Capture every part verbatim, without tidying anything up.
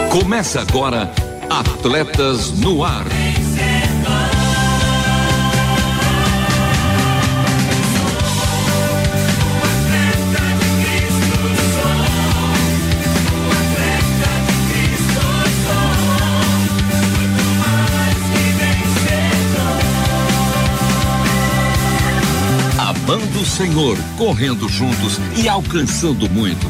Começa agora Atletas no Ar. Amando o Senhor, correndo juntos e alcançando muitos.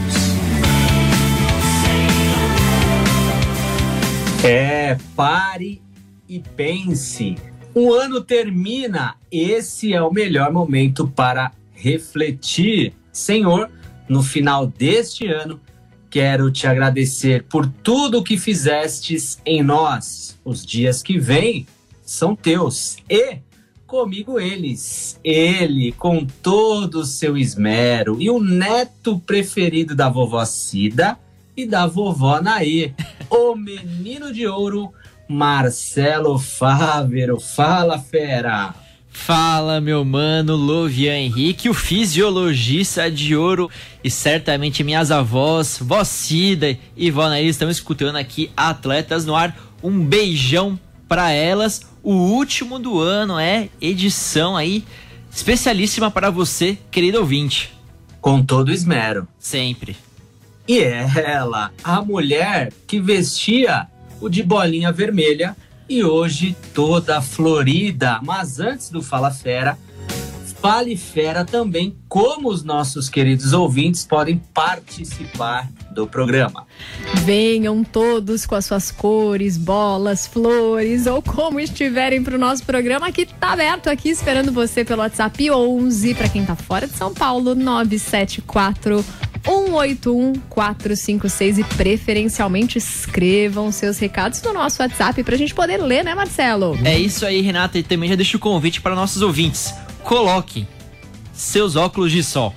É, pare e pense. O ano termina, esse é o melhor momento para refletir. Senhor, no final deste ano, quero te agradecer por tudo o que fizestes em nós. Os dias que vêm são teus e comigo eles. Ele, com todo o seu esmero, e o neto preferido da vovó Cida e da vovó Nair, o menino de ouro, Marcelo Fávero. Fala, fera! Fala, meu mano, Lovian Henrique, o fisiologista de ouro, e certamente minhas avós, vó Cida e vó Nair estão escutando aqui Atletas no Ar. Um beijão para elas. O último do ano é edição aí especialíssima para você, querido ouvinte. Com todo esmero. Sempre. E ela, a mulher que vestia o de bolinha vermelha e hoje toda florida. Mas antes do Fala Fera, Fale Fera também, como os nossos queridos ouvintes podem participar do programa. Venham todos com as suas cores, bolas, flores ou como estiverem para o nosso programa, que tá aberto aqui esperando você pelo WhatsApp onze, para quem tá fora de São Paulo, nove sete quatro, um oito um, quatro cinco seis, e preferencialmente escrevam seus recados no nosso WhatsApp pra gente poder ler, né, Marcelo? É isso aí, Renata, e também já deixo o convite para nossos ouvintes. Coloquem seus óculos de sol.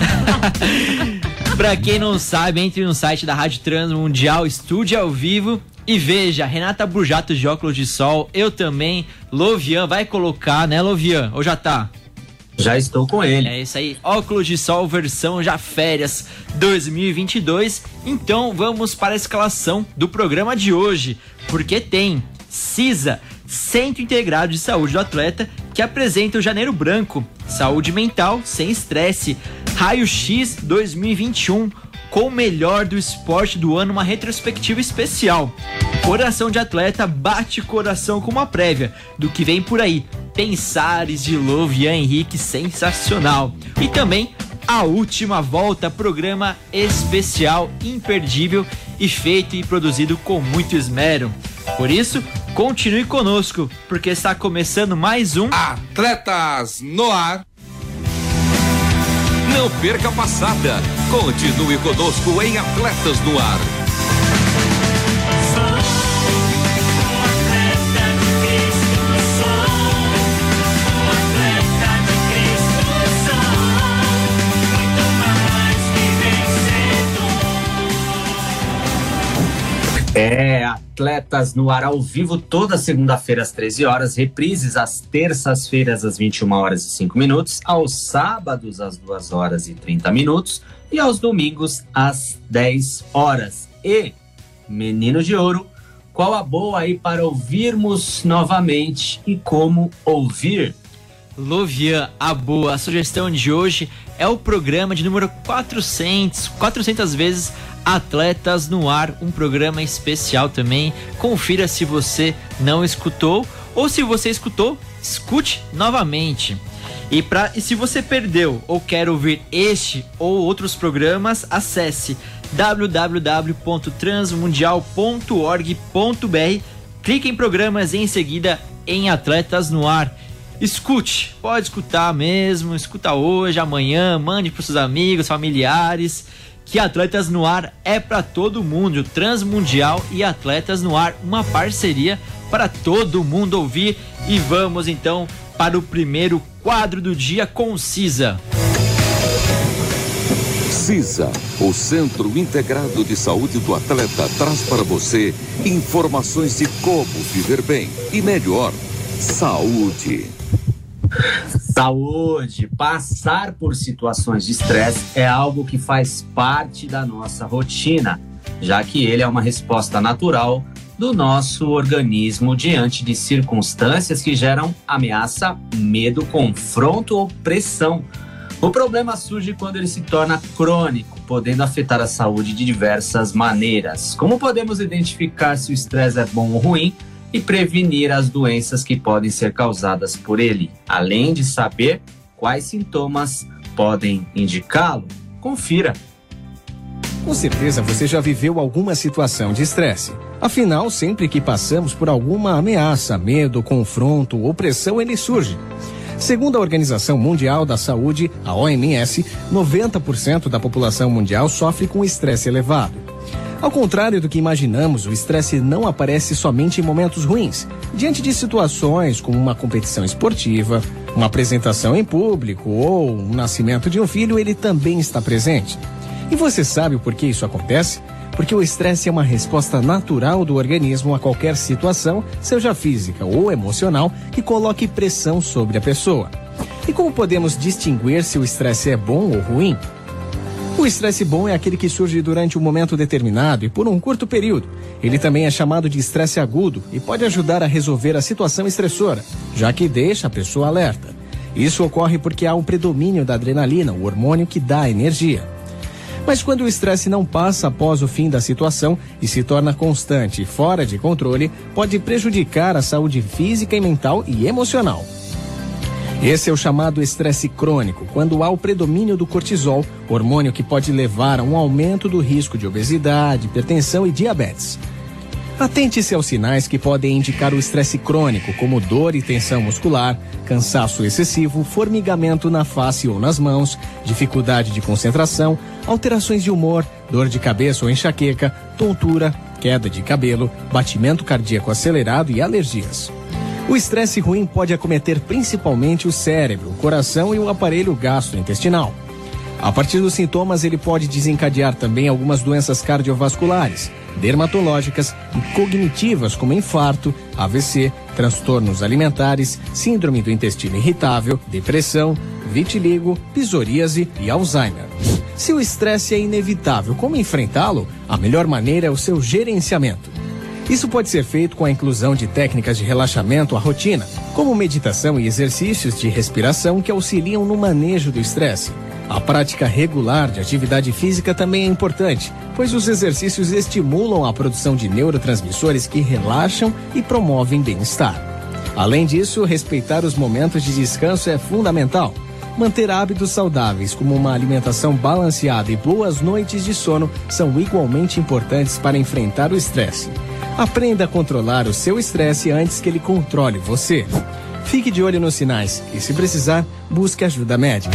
Pra quem não sabe, entre no site da Rádio Transmundial, estude ao vivo e veja, Renata Burjato de óculos de sol, eu também, Lovian vai colocar, né, Lovian? Ou já tá? Já estou com ele. É isso aí, óculos de sol versão já férias dois mil e vinte e dois. Então vamos para a escalação do programa de hoje, porque tem CISA, Centro Integrado de Saúde do Atleta, que apresenta o Janeiro Branco, saúde mental sem estresse, Raio X dois mil e vinte e um, com o melhor do esporte do ano, uma retrospectiva especial. Coração de Atleta bate coração com uma prévia do que vem por aí. Pensares de Lovian Henrique, sensacional. E também a última volta, programa especial, imperdível e feito e produzido com muito esmero. Por isso, continue conosco, porque está começando mais um Atletas no Ar. Não perca a passada. Continue conosco em Atletas no Ar. É, Atletas no Ar ao vivo toda segunda-feira às treze horas, reprises às terças-feiras às vinte e uma horas e cinco minutos, aos sábados às duas horas e trinta minutos e aos domingos às dez horas. E, menino de ouro, qual a boa aí para ouvirmos novamente e como ouvir? Lovian, a boa, a sugestão de hoje é o programa de número quatrocentos, quatrocentas vezes Atletas no Ar, um programa especial também. Confira se você não escutou, ou se você escutou, escute novamente. E, pra, e se você perdeu ou quer ouvir este ou outros programas, acesse w w w ponto transmundial ponto org ponto b r, clique em programas e em seguida em Atletas no Ar. Escute, pode escutar mesmo, escuta hoje, amanhã, mande para seus amigos, familiares, que Atletas no Ar é para todo mundo. Transmundial e Atletas no Ar, uma parceria para todo mundo ouvir. E vamos então para o primeiro quadro do dia com CISA. CISA, o Centro Integrado de Saúde do Atleta, traz para você informações de como viver bem e melhor. Saúde. Saúde. Passar por situações de estresse é algo que faz parte da nossa rotina. já que ele é uma resposta natural do nosso organismo diante de circunstâncias que geram ameaça, medo, confronto ou pressão. O problema surge quando ele se torna crônico, podendo afetar a saúde de diversas maneiras. Como podemos identificar se o estresse é bom ou ruim e prevenir as doenças que podem ser causadas por ele? Além de saber quais sintomas podem indicá-lo, confira. Com certeza você já viveu alguma situação de estresse. Afinal, sempre que passamos por alguma ameaça, medo, confronto ou pressão, ele surge. Segundo a Organização Mundial da Saúde, a O M S, noventa por cento da população mundial sofre com estresse elevado. Ao contrário do que imaginamos, o estresse não aparece somente em momentos ruins. Diante de situações como uma competição esportiva, uma apresentação em público ou o nascimento de um filho, ele também está presente. E você sabe por que isso acontece? Porque o estresse é uma resposta natural do organismo a qualquer situação, seja física ou emocional, que coloque pressão sobre a pessoa. E como podemos distinguir se o estresse é bom ou ruim? O estresse bom é aquele que surge durante um momento determinado e por um curto período. Ele também é chamado de estresse agudo e pode ajudar a resolver a situação estressora, já que deixa a pessoa alerta. Isso ocorre porque há um predomínio da adrenalina, o hormônio que dá energia. Mas quando o estresse não passa após o fim da situação e se torna constante e fora de controle, pode prejudicar a saúde física e mental e emocional. Esse é o chamado estresse crônico, quando há o predomínio do cortisol, hormônio que pode levar a um aumento do risco de obesidade, hipertensão e diabetes. Atente-se aos sinais que podem indicar o estresse crônico, como dor e tensão muscular, cansaço excessivo, formigamento na face ou nas mãos, dificuldade de concentração, alterações de humor, dor de cabeça ou enxaqueca, tontura, queda de cabelo, batimento cardíaco acelerado e alergias. O estresse ruim pode acometer principalmente o cérebro, o coração e o aparelho gastrointestinal. A partir dos sintomas, ele pode desencadear também algumas doenças cardiovasculares, dermatológicas e cognitivas, como infarto, A V C, transtornos alimentares, síndrome do intestino irritável, depressão, vitiligo, psoríase e Alzheimer. Se o estresse é inevitável, como enfrentá-lo? A melhor maneira é o seu gerenciamento. Isso pode ser feito com a inclusão de técnicas de relaxamento à rotina, como meditação e exercícios de respiração que auxiliam no manejo do estresse. A prática regular de atividade física também é importante, pois os exercícios estimulam a produção de neurotransmissores que relaxam e promovem bem-estar. Além disso, respeitar os momentos de descanso é fundamental. Manter hábitos saudáveis, como uma alimentação balanceada e boas noites de sono, são igualmente importantes para enfrentar o estresse. Aprenda a controlar o seu estresse antes que ele controle você. Fique de olho nos sinais e, se precisar, busque ajuda médica.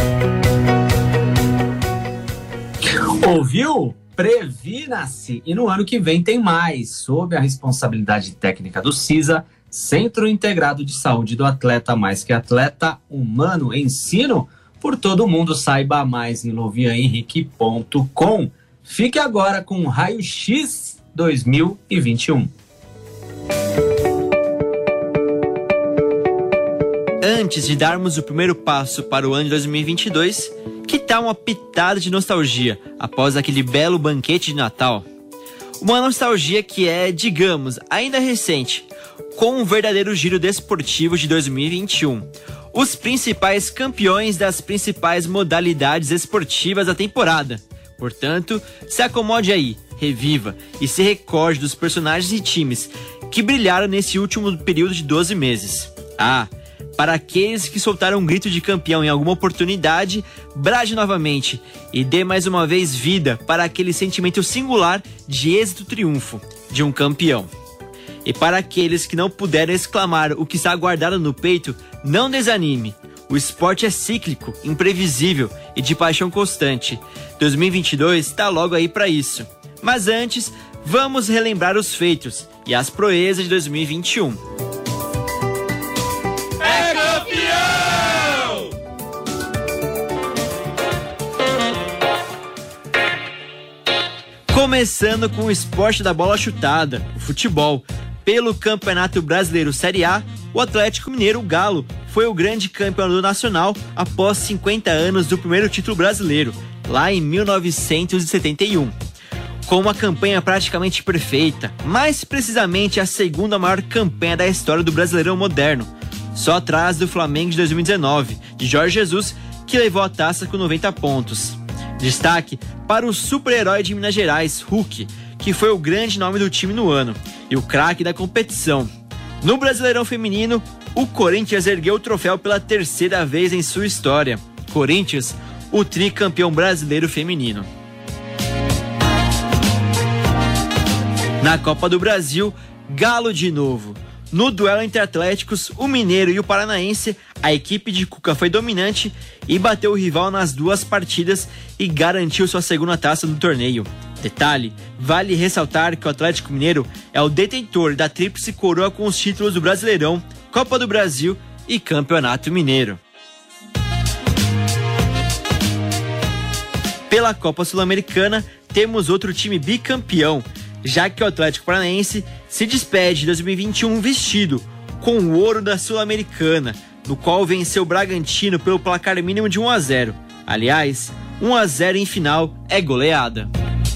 Ouviu? Previna-se! E no ano que vem tem mais, sob a responsabilidade técnica do CISA, Centro Integrado de Saúde do Atleta Mais Que Atleta Humano. Ensino por todo mundo. Saiba mais em louvian henrique ponto com. Fique agora com o Raio X dois mil e vinte e um. Antes de darmos o primeiro passo para o ano de dois mil e vinte e dois, que tal uma pitada de nostalgia após aquele belo banquete de Natal? Uma nostalgia que é, digamos, ainda recente, com um verdadeiro giro desportivo de dois mil e vinte e um. Os principais campeões das principais modalidades esportivas da temporada. Portanto, se acomode aí, reviva e se recorde dos personagens e times que brilharam nesse último período de doze meses. Ah, para aqueles que soltaram um grito de campeão em alguma oportunidade, brade novamente e dê mais uma vez vida para aquele sentimento singular de êxito-triunfo de um campeão. E para aqueles que não puderam exclamar o que está guardado no peito, não desanime. O esporte é cíclico, imprevisível e de paixão constante. dois mil e vinte e dois está logo aí para isso. Mas antes, vamos relembrar os feitos e as proezas de dois mil e vinte e um. É campeão! Começando com o esporte da bola chutada, o futebol. Pelo Campeonato Brasileiro Série A, o Atlético Mineiro, o Galo, foi o grande campeão do nacional após cinquenta anos do primeiro título brasileiro, lá em mil novecentos e setenta e um. com uma campanha praticamente perfeita, mais precisamente a segunda maior campanha da história do Brasileirão moderno, só atrás do Flamengo de dois mil e dezenove, de Jorge Jesus, que levou a taça com noventa pontos. Destaque para o super-herói de Minas Gerais, Hulk, que foi o grande nome do time no ano e o craque da competição. No Brasileirão Feminino, o Corinthians ergueu o troféu pela terceira vez em sua história. Corinthians, o tricampeão brasileiro feminino. Na Copa do Brasil, Galo de novo. No duelo entre Atléticos, o Mineiro e o Paranaense, a equipe de Cuca foi dominante e bateu o rival nas duas partidas e garantiu sua segunda taça do torneio. Detalhe, vale ressaltar que o Atlético Mineiro é o detentor da tríplice coroa com os títulos do Brasileirão, Copa do Brasil e Campeonato Mineiro. Pela Copa Sul-Americana, temos outro time bicampeão, já que o Atlético Paranaense se despede de dois mil e vinte e um vestido com o ouro da Sul-Americana, no qual venceu o Bragantino pelo placar mínimo de um a zero. Aliás, um a zero em final é goleada.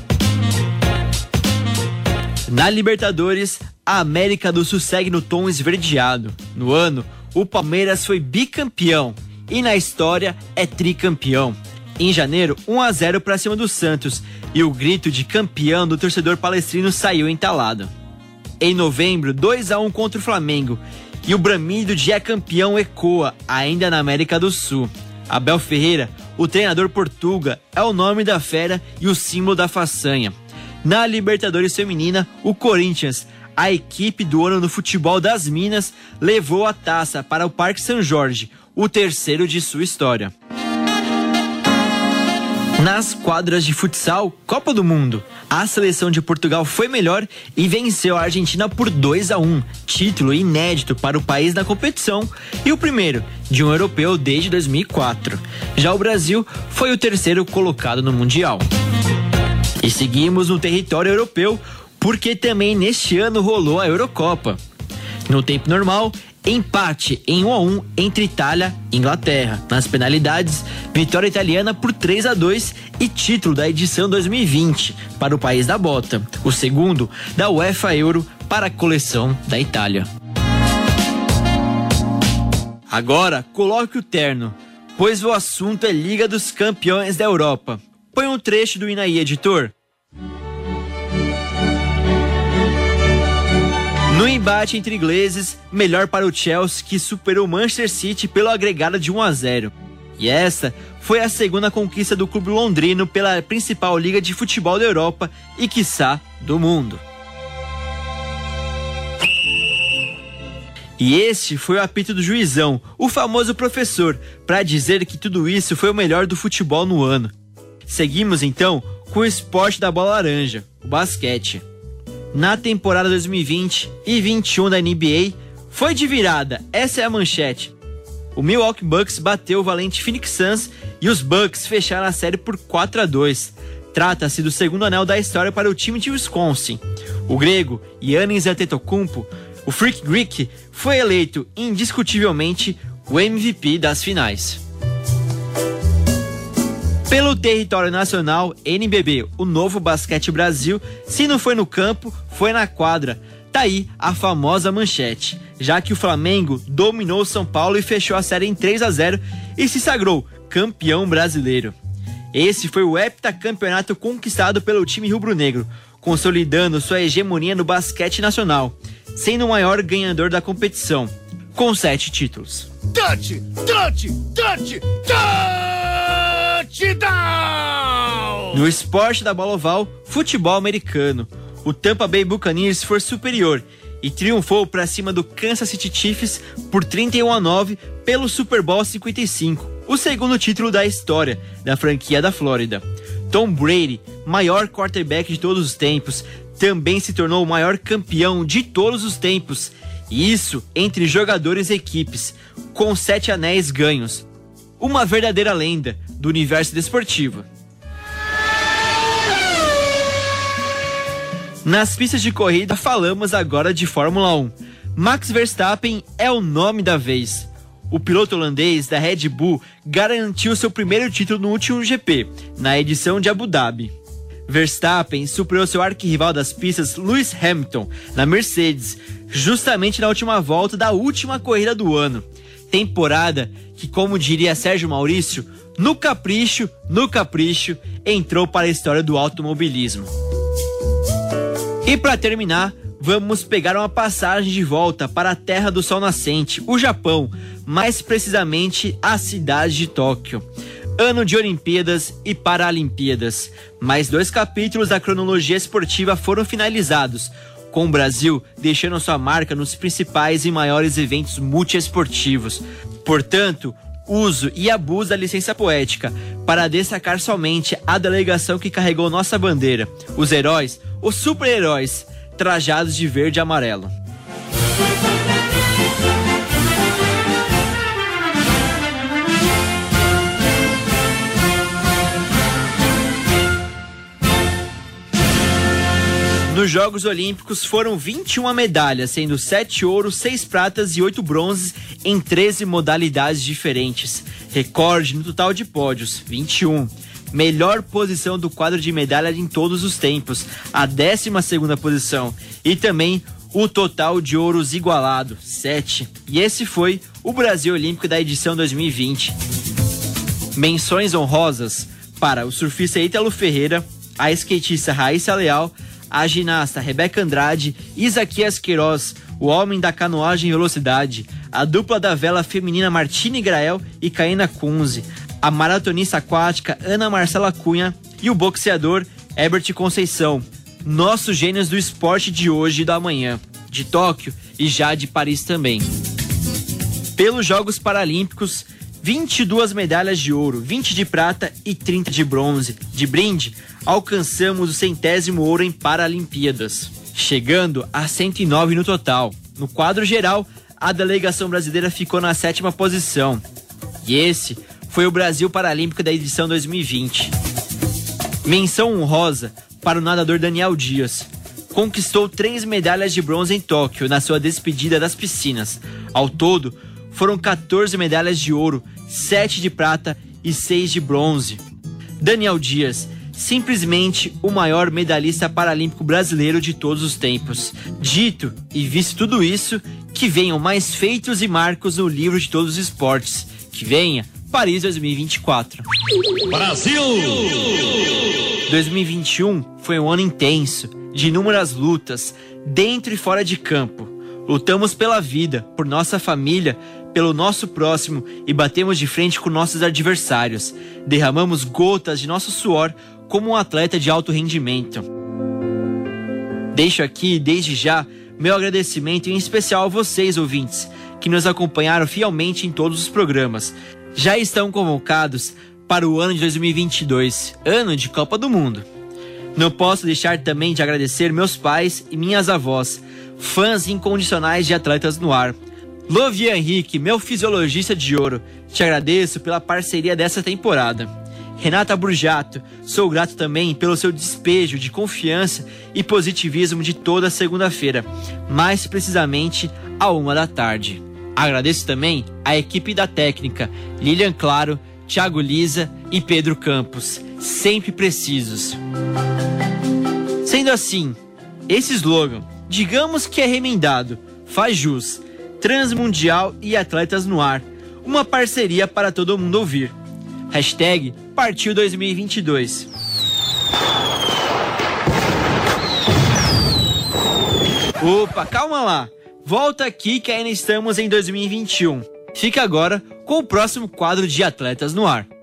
Na Libertadores, a América do Sul segue no tom esverdeado. No ano, o Palmeiras foi bicampeão e na história é tricampeão. Em janeiro, um a zero para cima do Santos e o grito de campeão do torcedor palestrino saiu entalado. Em novembro, dois a um contra o Flamengo e o bramido de é campeão ecoa ainda na América do Sul. Abel Ferreira, o treinador portuga, é o nome da fera e o símbolo da façanha. Na Libertadores Feminina, o Corinthians, a equipe do ano no futebol das Minas, levou a taça para o Parque São Jorge, o terceiro de sua história. Nas quadras de futsal, Copa do Mundo, a seleção de Portugal foi melhor e venceu a Argentina por dois a um, título inédito para o país na competição e o primeiro de um europeu desde dois mil e quatro. Já o Brasil foi o terceiro colocado no Mundial. E seguimos no território europeu, porque também neste ano rolou a Eurocopa. No tempo normal, empate em um a um entre Itália e Inglaterra. Nas penalidades, vitória italiana por três a dois e título da edição dois mil e vinte para o país da bota. O segundo da UEFA Euro para a coleção da Itália. Agora, coloque o terno, pois o assunto é Liga dos Campeões da Europa. Põe um trecho do hino aí, editor. No embate entre ingleses, melhor para o Chelsea, que superou o Manchester City pelo agregado de um a zero. E essa foi a segunda conquista do clube londrino pela principal liga de futebol da Europa e, quiçá, do mundo. E este foi o apito do juizão, o famoso professor, para dizer que tudo isso foi o melhor do futebol no ano. Seguimos então com o esporte da bola laranja, o basquete. Na temporada dois mil e vinte e vinte e um da N B A, foi de virada, essa é a manchete. O Milwaukee Bucks bateu o valente Phoenix Suns e os Bucks fecharam a série por quatro a dois. Trata-se do segundo anel da história para o time de Wisconsin. O grego Giannis Antetokounmpo, o Freak Greek, foi eleito indiscutivelmente o M V P das finais. Pelo território nacional, N B B, o novo Basquete Brasil, se não foi no campo, foi na quadra. Tá aí a famosa manchete, já que o Flamengo dominou São Paulo e fechou a série em três a zero e se sagrou campeão brasileiro. Esse foi o heptacampeonato conquistado pelo time rubro-negro, consolidando sua hegemonia no basquete nacional, sendo o maior ganhador da competição, com sete títulos. Touch! Touch! Touch! Touchdown! No esporte da bola oval, futebol americano, o Tampa Bay Buccaneers foi superior e triunfou para cima do Kansas City Chiefs por trinta e um a nove pelo Super Bowl cinquenta e cinco, o segundo título da história da franquia da Flórida. Tom Brady, maior quarterback de todos os tempos, também se tornou o maior campeão de todos os tempos, e isso entre jogadores e equipes, com sete anéis ganhos. Uma verdadeira lenda do universo desportivo. Nas pistas de corrida, falamos agora de Fórmula um. Max Verstappen é o nome da vez. O piloto holandês da Red Bull garantiu seu primeiro título no último G P, na edição de Abu Dhabi. Verstappen superou seu arquirrival das pistas, Lewis Hamilton, na Mercedes, justamente na última volta da última corrida do ano. Temporada que, como diria Sérgio Maurício, no capricho, no capricho, entrou para a história do automobilismo. E para terminar, vamos pegar uma passagem de volta para a terra do sol nascente, o Japão, mais precisamente a cidade de Tóquio. Ano de Olimpíadas e Paralimpíadas. Mais dois capítulos da cronologia esportiva foram finalizados, com o Brasil deixando sua marca nos principais e maiores eventos multiesportivos. Portanto, uso e abuso da licença poética para destacar somente a delegação que carregou nossa bandeira, os heróis, os super-heróis, trajados de verde e amarelo. Nos Jogos Olímpicos foram vinte e uma medalhas, sendo sete ouros, seis pratas e oito bronzes em treze modalidades diferentes. Recorde no total de pódios, vinte e um. Melhor posição do quadro de medalhas em todos os tempos, a décima segunda posição. E também o total de ouros igualado, sete. E esse foi o Brasil Olímpico da edição dois mil e vinte. Menções honrosas para o surfista Ítalo Ferreira, a skatista Raíssa Leal, a ginasta Rebeca Andrade, Isaquias Queiroz, o homem da canoagem e velocidade, a dupla da vela feminina Martine Grael e Caína Kunze, a maratonista aquática Ana Marcela Cunha e o boxeador Herbert Conceição, nossos gênios do esporte de hoje e do amanhã, de Tóquio e já de Paris também. Pelos Jogos Paralímpicos, vinte e duas medalhas de ouro, vinte de prata e trinta de bronze. De brinde, alcançamos o centésimo ouro em Paralimpíadas, chegando a cento e nove no total. No quadro geral, a delegação brasileira ficou na sétima posição. E esse foi o Brasil Paralímpico da edição dois mil e vinte. Menção honrosa para o nadador Daniel Dias. Conquistou três medalhas de bronze em Tóquio na sua despedida das piscinas. Ao todo, foram quatorze medalhas de ouro, sete de prata e seis de bronze. Daniel Dias, simplesmente o maior medalhista paralímpico brasileiro de todos os tempos. Dito e visto tudo isso, que venham mais feitos e marcos no livro de todos os esportes. Que venha Paris dois mil e vinte e quatro. Brasil! dois mil e vinte e um foi um ano intenso, de inúmeras lutas, dentro e fora de campo. Lutamos pela vida, por nossa família, pelo nosso próximo e batemos de frente com nossos adversários. Derramamos gotas de nosso suor como um atleta de alto rendimento. Deixo aqui, desde já, meu agradecimento em especial a vocês, ouvintes, que nos acompanharam fielmente em todos os programas. Já estão convocados para o ano de dois mil e vinte e dois, ano de Copa do Mundo. Não posso deixar também de agradecer meus pais e minhas avós, fãs incondicionais de Atletas no Ar. Lovian Henrique, meu fisiologista de ouro, te agradeço pela parceria dessa temporada. Renata Burjato, sou grato também pelo seu despejo de confiança e positivismo de toda segunda-feira, mais precisamente à uma da tarde. Agradeço também a equipe da técnica, Lilian Claro, Thiago Lisa e Pedro Campos, sempre precisos. Sendo assim, esse slogan, digamos que é remendado, faz jus, Transmundial e Atletas no Ar, uma parceria para todo mundo ouvir. Hashtag Partiu dois mil e vinte e dois. Opa, calma lá. Volta aqui que ainda estamos em dois mil e vinte e um. Fica agora com o próximo quadro de Atletas no Ar.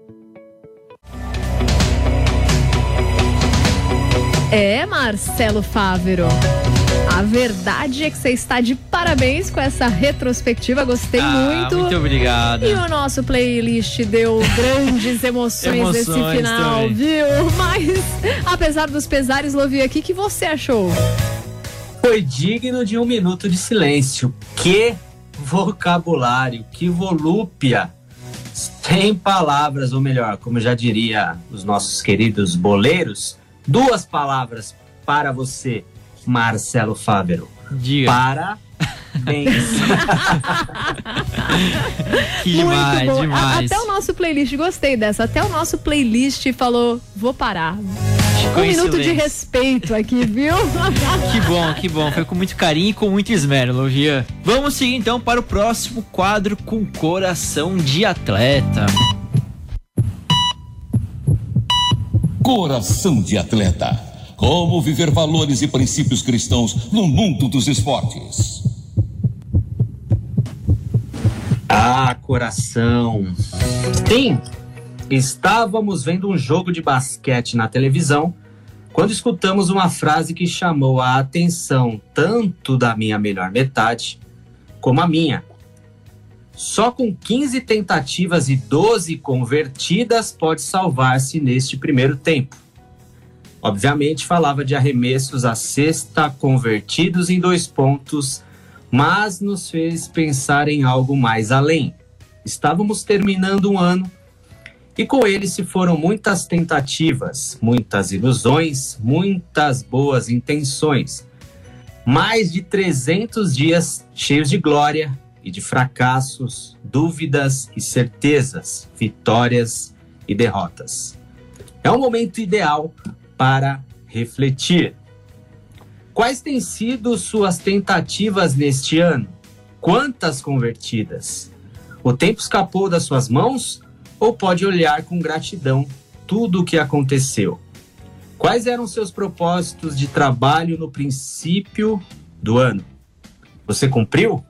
É, Marcelo Fávero. A verdade é que você está de parabéns com essa retrospectiva, gostei ah, muito. Muito obrigado. E o nosso playlist deu grandes emoções, emoções nesse final, também. Viu? Mas, apesar dos pesares, Lovia, o que, que você achou? Foi digno de um minuto de silêncio. Que vocabulário, que volúpia. Sem palavras, ou melhor, como já diria os nossos queridos boleiros, duas palavras para você, Marcelo Fávero. Diga. Parabéns. Que demais, demais. Até o nosso playlist, gostei dessa, até o nosso playlist falou, vou parar. Um minuto de respeito aqui, viu? Que bom, que bom. Foi com muito carinho e com muito esmero, Lovian. Vamos seguir então para o próximo quadro com coração de atleta. Coração de atleta. Como viver valores e princípios cristãos no mundo dos esportes. Ah, coração. Sim, estávamos vendo um jogo de basquete na televisão quando escutamos uma frase que chamou a atenção tanto da minha melhor metade como a minha. Só com quinze tentativas e doze convertidas pode salvar-se neste primeiro tempo. Obviamente falava de arremessos à cesta convertidos em dois pontos, mas nos fez pensar em algo mais além. Estávamos terminando um ano e com ele se foram muitas tentativas, muitas ilusões, muitas boas intenções. Mais de trezentos dias cheios de glória e de fracassos, dúvidas e certezas, vitórias e derrotas. É um momento ideal para refletir. Quais têm sido suas tentativas neste ano? Quantas convertidas? O tempo escapou das suas mãos ou pode olhar com gratidão tudo o que aconteceu? Quais eram seus propósitos de trabalho no princípio do ano? Você cumpriu?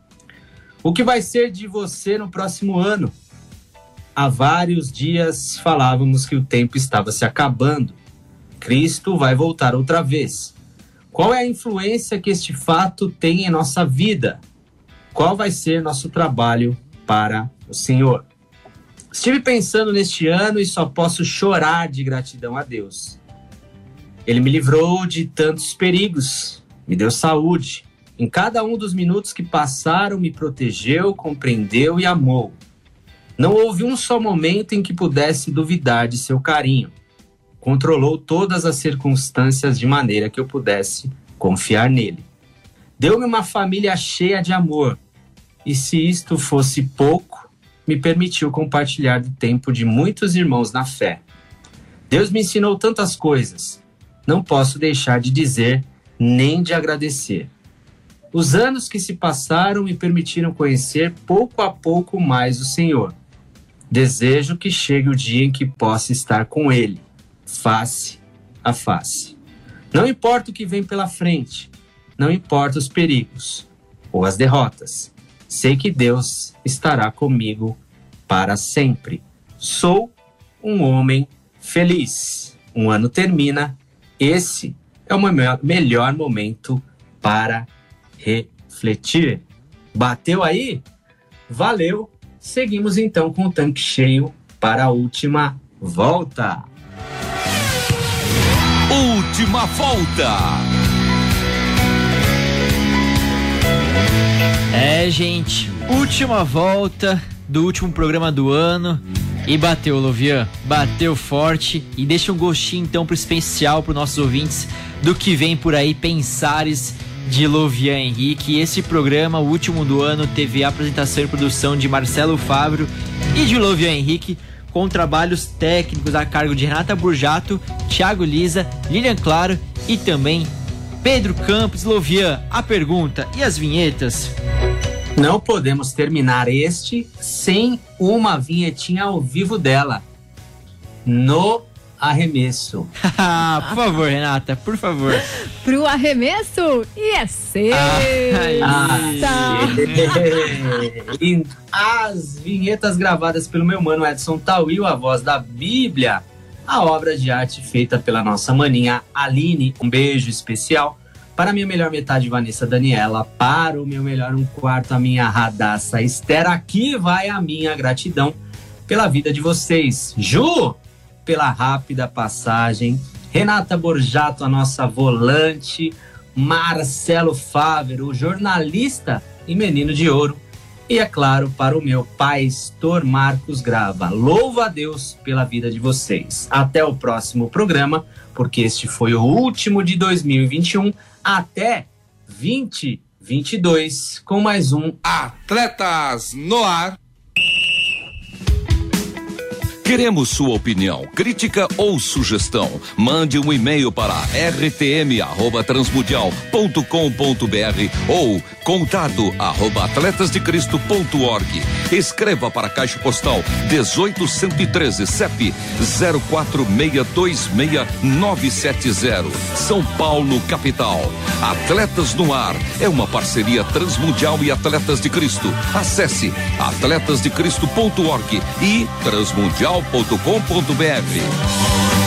O que vai ser de você no próximo ano? Há vários dias falávamos que o tempo estava se acabando. Cristo vai voltar outra vez. Qual é a influência que este fato tem em nossa vida? Qual vai ser nosso trabalho para o Senhor? Estive pensando neste ano e só posso chorar de gratidão a Deus. Ele me livrou de tantos perigos, me deu saúde. Em cada um dos minutos que passaram, me protegeu, compreendeu e amou. Não houve um só momento em que pudesse duvidar de seu carinho. Controlou todas as circunstâncias de maneira que eu pudesse confiar nele. Deu-me uma família cheia de amor. E se isto fosse pouco, me permitiu compartilhar do tempo de muitos irmãos na fé. Deus me ensinou tantas coisas. Não posso deixar de dizer nem de agradecer. Os anos que se passaram me permitiram conhecer pouco a pouco mais o Senhor. Desejo que chegue o dia em que possa estar com Ele, face a face. Não importa o que vem pela frente, não importa os perigos ou as derrotas. Sei que Deus estará comigo para sempre. Sou um homem feliz. Um ano termina, esse é o meu melhor momento para refletir. Bateu aí? Valeu! Seguimos então com o tanque cheio para a última volta. Última volta. É, gente, última volta do último programa do ano. E bateu, Lovian, bateu forte. E deixa um gostinho então pro especial para os nossos ouvintes do que vem por aí, Pensares de Lovian Henrique. Esse programa, o último do ano, teve a apresentação e produção de Marcelo Fávero e de Lovian Henrique, com trabalhos técnicos a cargo de Renata Burjato, Thiago Lisa, Lilian Claro e também Pedro Campos. Lovian, a pergunta e as vinhetas? Não podemos terminar este sem uma vinhetinha ao vivo dela. No arremesso. Por favor, Renata, por favor. Pro arremesso e é seu. Ah, e as vinhetas gravadas pelo meu mano Edson Tauil, a voz da Bíblia, a obra de arte feita pela nossa maninha Aline. Um beijo especial para a minha melhor metade, Vanessa Daniela, para o meu melhor um quarto, a minha radaça Esther. Aqui vai a minha gratidão pela vida de vocês. Ju, pela rápida passagem. Renata Borjato, a nossa volante. Marcelo Fávero, o jornalista e menino de ouro. E, é claro, para o meu pastor Marcos Grava. Louvo a Deus pela vida de vocês. Até o próximo programa, porque este foi o último de dois mil e vinte e um. Até vinte e vinte e dois, com mais um Atletas no Ar. Queremos sua opinião, crítica ou sugestão. Mande um e-mail para r t m arroba transmundial ponto com ponto b r ou contato arroba atletas de cristo ponto org. Escreva para a Caixa Postal dezoito cento e treze, C E P zero quatro seis dois seis nove sete zero, São Paulo, capital. Atletas no Ar é uma parceria Transmundial e Atletas de Cristo. Acesse atletas de cristo ponto org e transmundial ponto com ponto b r.